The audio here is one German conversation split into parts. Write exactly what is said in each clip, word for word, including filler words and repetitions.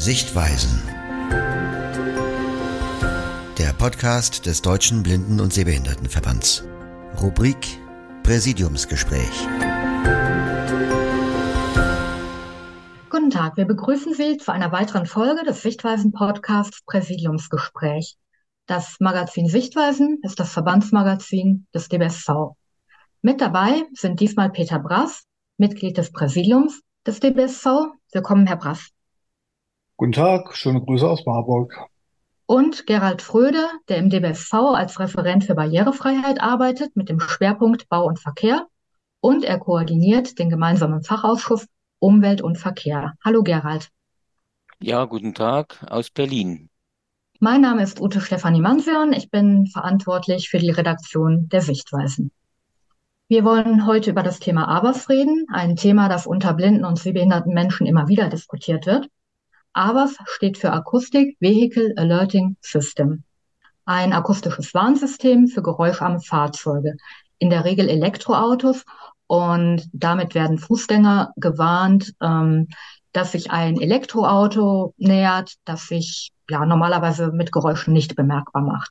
Sichtweisen. Der Podcast des Deutschen Blinden- und Sehbehindertenverbands. Rubrik Präsidiumsgespräch. Guten Tag, wir begrüßen Sie zu einer weiteren Folge des Sichtweisen-Podcasts Präsidiumsgespräch. Das Magazin Sichtweisen ist das Verbandsmagazin des D B S V. Mit dabei sind diesmal Peter Brass, Mitglied des Präsidiums des D B S V. Willkommen, Herr Brass. Guten Tag, schöne Grüße aus Marburg. Und Gerald Fröde, der im D B S V als Referent für Barrierefreiheit arbeitet mit dem Schwerpunkt Bau und Verkehr, und er koordiniert den gemeinsamen Fachausschuss Umwelt und Verkehr. Hallo Gerald. Ja, guten Tag aus Berlin. Mein Name ist Ute Stefanie Mansion. Ich bin verantwortlich für die Redaktion der Sichtweisen. Wir wollen heute über das Thema A B A S reden, ein Thema, das unter blinden und sehbehinderten Menschen immer wieder diskutiert wird. A B A S steht für Acoustic Vehicle Alerting System, ein akustisches Warnsystem für geräuscharme Fahrzeuge, in der Regel Elektroautos, und damit werden Fußgänger gewarnt, ähm, dass sich ein Elektroauto nähert, das sich ja normalerweise mit Geräuschen nicht bemerkbar macht.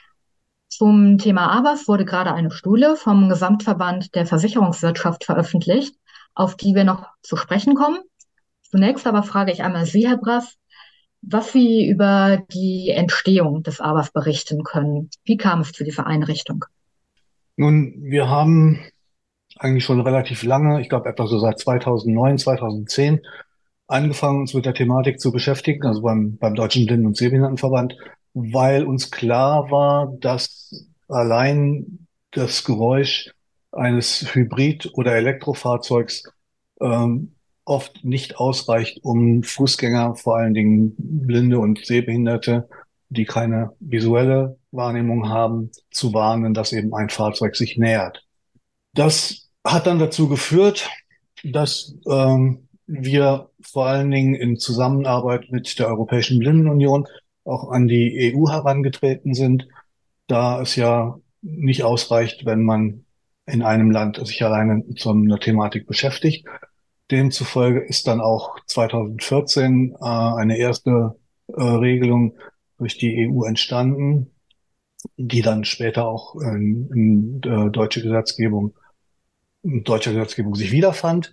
Zum Thema A B A S wurde gerade eine Studie vom Gesamtverband der Versicherungswirtschaft veröffentlicht, auf die wir noch zu sprechen kommen. Zunächst aber frage ich einmal Sie, Herr Brass, was Sie über die Entstehung des A B A S berichten können. Wie kam es zu dieser Einrichtung? Nun, wir haben eigentlich schon relativ lange, ich glaube etwa so seit zweitausendneun, zweitausendzehn, angefangen, uns mit der Thematik zu beschäftigen, also beim, beim Deutschen Blinden- und Sehbehindertenverband, weil uns klar war, dass allein das Geräusch eines Hybrid- oder Elektrofahrzeugs ähm, oft nicht ausreicht, um Fußgänger, vor allen Dingen Blinde und Sehbehinderte, die keine visuelle Wahrnehmung haben, zu warnen, dass eben ein Fahrzeug sich nähert. Das hat dann dazu geführt, dass ähm, wir vor allen Dingen in Zusammenarbeit mit der Europäischen Blindenunion auch an die E U herangetreten sind, da es ja nicht ausreicht, wenn man in einem Land sich alleine mit so einer Thematik beschäftigt. Demzufolge ist dann auch zweitausendvierzehn äh, eine erste äh, Regelung durch die E U entstanden, die dann später auch in, in äh, deutsche Gesetzgebung, in deutscher Gesetzgebung sich wiederfand.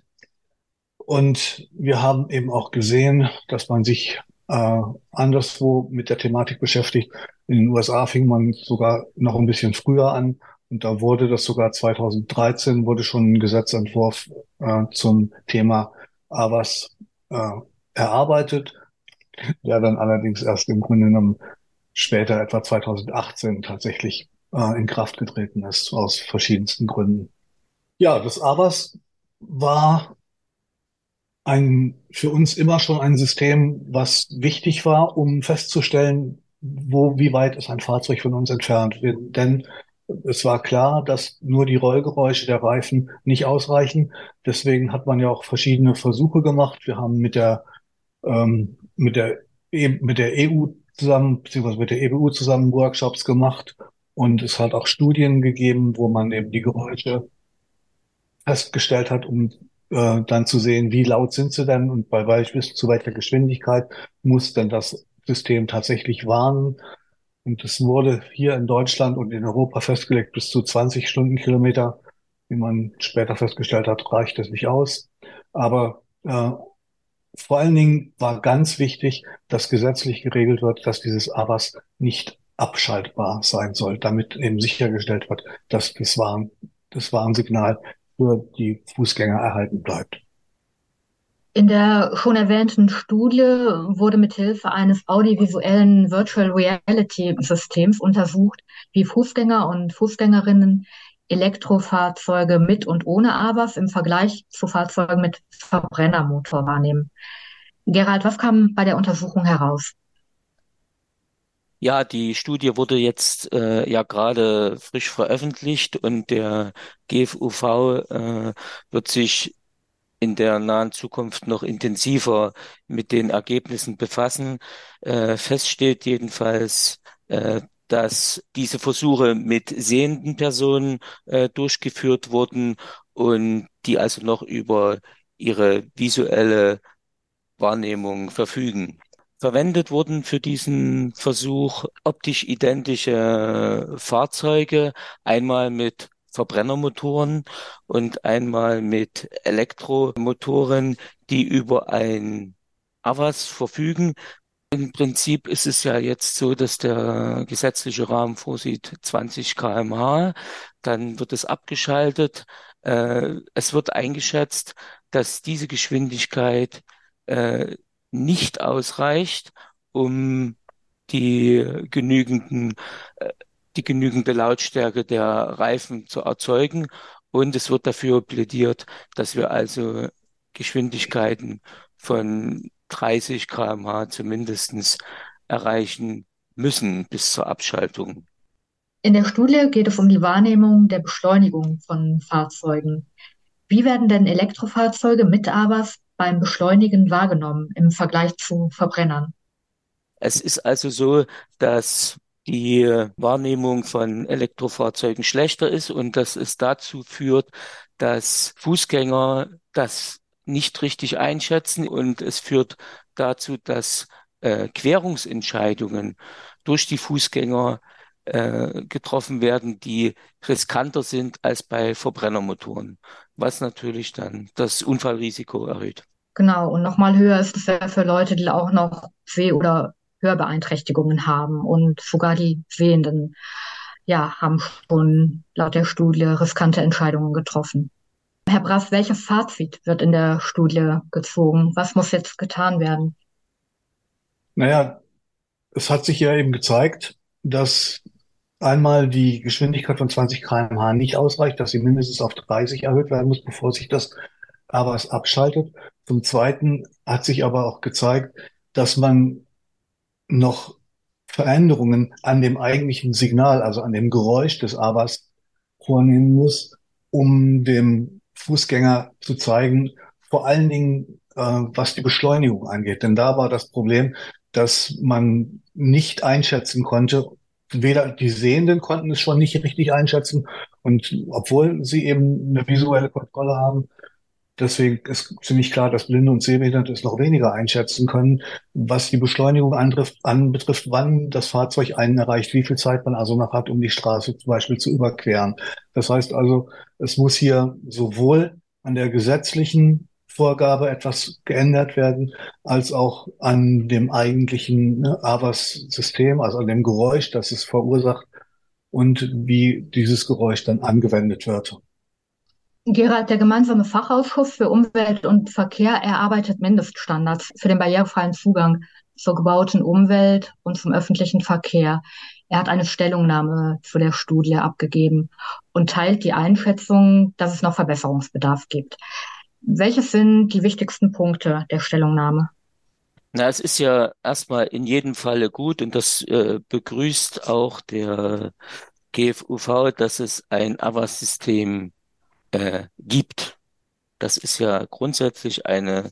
Und wir haben eben auch gesehen, dass man sich äh, anderswo mit der Thematik beschäftigt. In den U S A fing man sogar noch ein bisschen früher an. Und da wurde das sogar zweitausenddreizehn wurde schon ein Gesetzentwurf äh, zum Thema A B A S äh, erarbeitet, der dann allerdings erst im Grunde genommen später, etwa zweitausendachtzehn, tatsächlich äh, in Kraft getreten ist, aus verschiedensten Gründen. Ja, das A B A S war ein, für uns immer schon ein System, was wichtig war, um festzustellen, wo, wie weit ist ein Fahrzeug von uns entfernt. Wir, denn es war klar, dass nur die Rollgeräusche der Reifen nicht ausreichen. Deswegen hat man ja auch verschiedene Versuche gemacht. Wir haben mit der, ähm, mit der, E- mit der E U zusammen, beziehungsweise mit der E B U zusammen Workshops gemacht. Und es hat auch Studien gegeben, wo man eben die Geräusche festgestellt hat, um äh, dann zu sehen, wie laut sind sie denn und bei welch, bis zu welcher Geschwindigkeit muss denn das System tatsächlich warnen. Und es wurde hier in Deutschland und in Europa festgelegt, bis zu zwanzig Stundenkilometer. Wie man später festgestellt hat, reicht das nicht aus. Aber äh, vor allen Dingen war ganz wichtig, dass gesetzlich geregelt wird, dass dieses A B A S nicht abschaltbar sein soll, damit eben sichergestellt wird, dass das Warn, das Warnsignal für die Fußgänger erhalten bleibt. In der schon erwähnten Studie wurde mithilfe eines audiovisuellen Virtual Reality Systems untersucht, wie Fußgänger und Fußgängerinnen Elektrofahrzeuge mit und ohne A B A S im Vergleich zu Fahrzeugen mit Verbrennermotor wahrnehmen. Gerald, was kam bei der Untersuchung heraus? Ja, die Studie wurde jetzt äh, ja gerade frisch veröffentlicht und der G F U V äh, wird sich in der nahen Zukunft noch intensiver mit den Ergebnissen befassen. Äh, fest steht jedenfalls, äh, dass diese Versuche mit sehenden Personen äh, durchgeführt wurden und die also noch über ihre visuelle Wahrnehmung verfügen. verwendet wurden für diesen Versuch optisch identische Fahrzeuge, einmal mit Verbrennermotoren und einmal mit Elektromotoren, die über ein A V A S verfügen. Im Prinzip ist es ja jetzt so, dass der gesetzliche Rahmen vorsieht zwanzig Kilometer pro Stunde, dann wird es abgeschaltet. Äh, es wird eingeschätzt, dass diese Geschwindigkeit äh, nicht ausreicht, um die genügenden, äh, die genügende Lautstärke der Reifen zu erzeugen. Und es wird dafür plädiert, dass wir also Geschwindigkeiten von dreißig Kilometer pro Stunde zumindestens erreichen müssen bis zur Abschaltung. In der Studie geht es um die Wahrnehmung der Beschleunigung von Fahrzeugen. Wie werden denn Elektrofahrzeuge mit A V A S beim Beschleunigen wahrgenommen im Vergleich zu Verbrennern? Es ist also so, dass die Wahrnehmung von Elektrofahrzeugen schlechter ist und dass es dazu führt, dass Fußgänger das nicht richtig einschätzen, und es führt dazu, dass äh, Querungsentscheidungen durch die Fußgänger äh, getroffen werden, die riskanter sind als bei Verbrennermotoren, was natürlich dann das Unfallrisiko erhöht. Genau, und nochmal höher ist es ja für Leute, die auch noch Seh- oder Hörbeeinträchtigungen haben. Und sogar die Sehenden, ja, haben schon laut der Studie riskante Entscheidungen getroffen. Herr Brass, welches Fazit wird in der Studie gezogen? Was muss jetzt getan werden? Naja, es hat sich ja eben gezeigt, dass einmal die Geschwindigkeit von zwanzig Kilometer pro Stunde nicht ausreicht, dass sie mindestens auf dreißig erhöht werden muss, bevor sich das A V A S abschaltet. Zum Zweiten hat sich aber auch gezeigt, dass man noch Veränderungen an dem eigentlichen Signal, also an dem Geräusch des A V A S vornehmen muss, um dem Fußgänger zu zeigen, vor allen Dingen, äh, was die Beschleunigung angeht. Denn da war das Problem, dass man nicht einschätzen konnte, weder die Sehenden konnten es schon nicht richtig einschätzen, und obwohl sie eben eine visuelle Kontrolle haben, deswegen ist ziemlich klar, dass Blinde und Sehbehinderte es noch weniger einschätzen können, was die Beschleunigung antrifft, anbetrifft, wann das Fahrzeug einen erreicht, wie viel Zeit man also noch hat, um die Straße zum Beispiel zu überqueren. Das heißt also, es muss hier sowohl an der gesetzlichen Vorgabe etwas geändert werden, als auch an dem eigentlichen, ne, A V A S-System, also an dem Geräusch, das es verursacht und wie dieses Geräusch dann angewendet wird. Gerald, der gemeinsame Fachausschuss für Umwelt und Verkehr erarbeitet Mindeststandards für den barrierefreien Zugang zur gebauten Umwelt und zum öffentlichen Verkehr. Er hat eine Stellungnahme zu der Studie abgegeben und teilt die Einschätzung, dass es noch Verbesserungsbedarf gibt. Welches sind die wichtigsten Punkte der Stellungnahme? Na, es ist ja erstmal in jedem Falle gut, und das äh, begrüßt auch der G F U V, dass es ein A V A S-System äh, gibt. Das ist ja grundsätzlich eine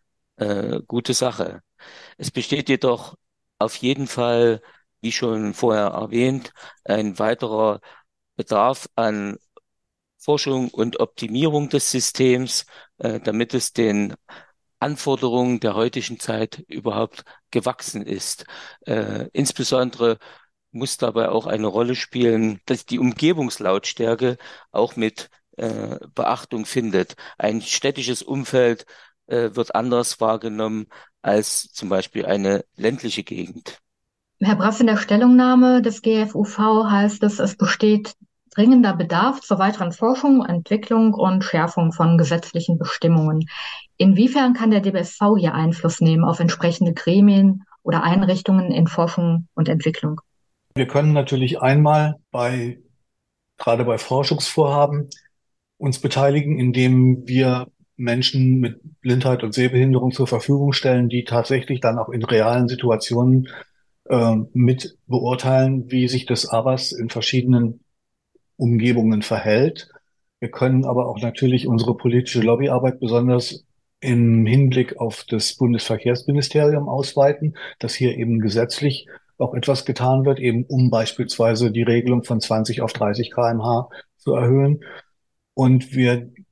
äh, gute Sache. Es besteht jedoch auf jeden Fall, wie schon vorher erwähnt, ein weiterer Bedarf an Forschung und Optimierung des Systems, äh, damit es den Anforderungen der heutigen Zeit überhaupt gewachsen ist. Äh, insbesondere muss dabei auch eine Rolle spielen, dass die Umgebungslautstärke auch mit äh, Beachtung findet. Ein städtisches Umfeld äh, wird anders wahrgenommen als zum Beispiel eine ländliche Gegend. Herr Brass, in der Stellungnahme des G F U V heißt es, es besteht dringender Bedarf zur weiteren Forschung, Entwicklung und Schärfung von gesetzlichen Bestimmungen. Inwiefern kann der D B S V hier Einfluss nehmen auf entsprechende Gremien oder Einrichtungen in Forschung und Entwicklung? Wir können natürlich einmal bei, gerade bei Forschungsvorhaben, uns beteiligen, indem wir Menschen mit Blindheit und Sehbehinderung zur Verfügung stellen, die tatsächlich dann auch in realen Situationen äh, mit beurteilen, wie sich das A V A S in verschiedenen Umgebungen verhält. Wir können aber auch natürlich unsere politische Lobbyarbeit besonders im Hinblick auf das Bundesverkehrsministerium ausweiten, dass hier eben gesetzlich auch etwas getan wird, eben um beispielsweise die Regelung von zwanzig auf dreißig Kilometer pro Stunde zu erhöhen. Und wir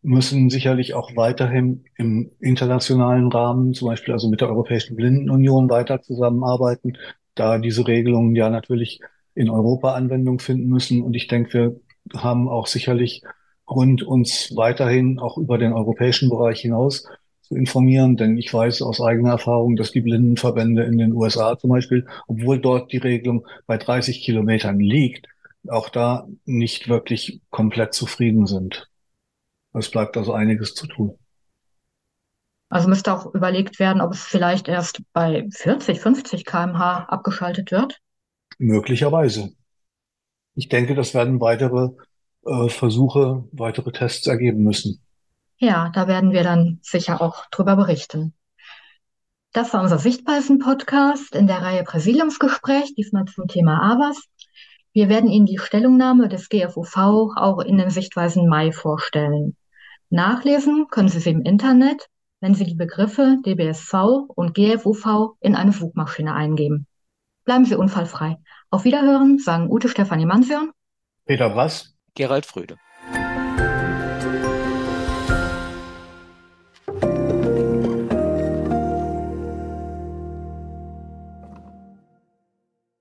müssen sicherlich auch weiterhin im internationalen Rahmen, zum Beispiel also mit der Europäischen Blindenunion, weiter zusammenarbeiten, da diese Regelungen ja natürlich in Europa Anwendung finden müssen. Und ich denke, wir haben auch sicherlich Grund, uns weiterhin auch über den europäischen Bereich hinaus zu informieren, denn ich weiß aus eigener Erfahrung, dass die Blindenverbände in den U S A zum Beispiel, obwohl dort die Regelung bei dreißig Kilometern liegt, auch da nicht wirklich komplett zufrieden sind. Es bleibt also einiges zu tun. Also müsste auch überlegt werden, ob es vielleicht erst bei vierzig, fünfzig Kilometer pro Stunde abgeschaltet wird. Möglicherweise. Ich denke, das werden weitere äh, Versuche, weitere Tests ergeben müssen. Ja, da werden wir dann sicher auch drüber berichten. Das war unser Sichtweisen-Podcast in der Reihe Präsidiumsgespräch, diesmal zum Thema A B A S. Wir werden Ihnen die Stellungnahme des G F U V auch in den Sichtweisen Mai vorstellen. Nachlesen können Sie sie im Internet, wenn Sie die Begriffe D B S V und G F U V in eine Suchmaschine eingeben. Bleiben Sie unfallfrei. Auf Wiederhören, sagen Ute Stefanie Mansjörn, Peter, was? Gerald Fröde.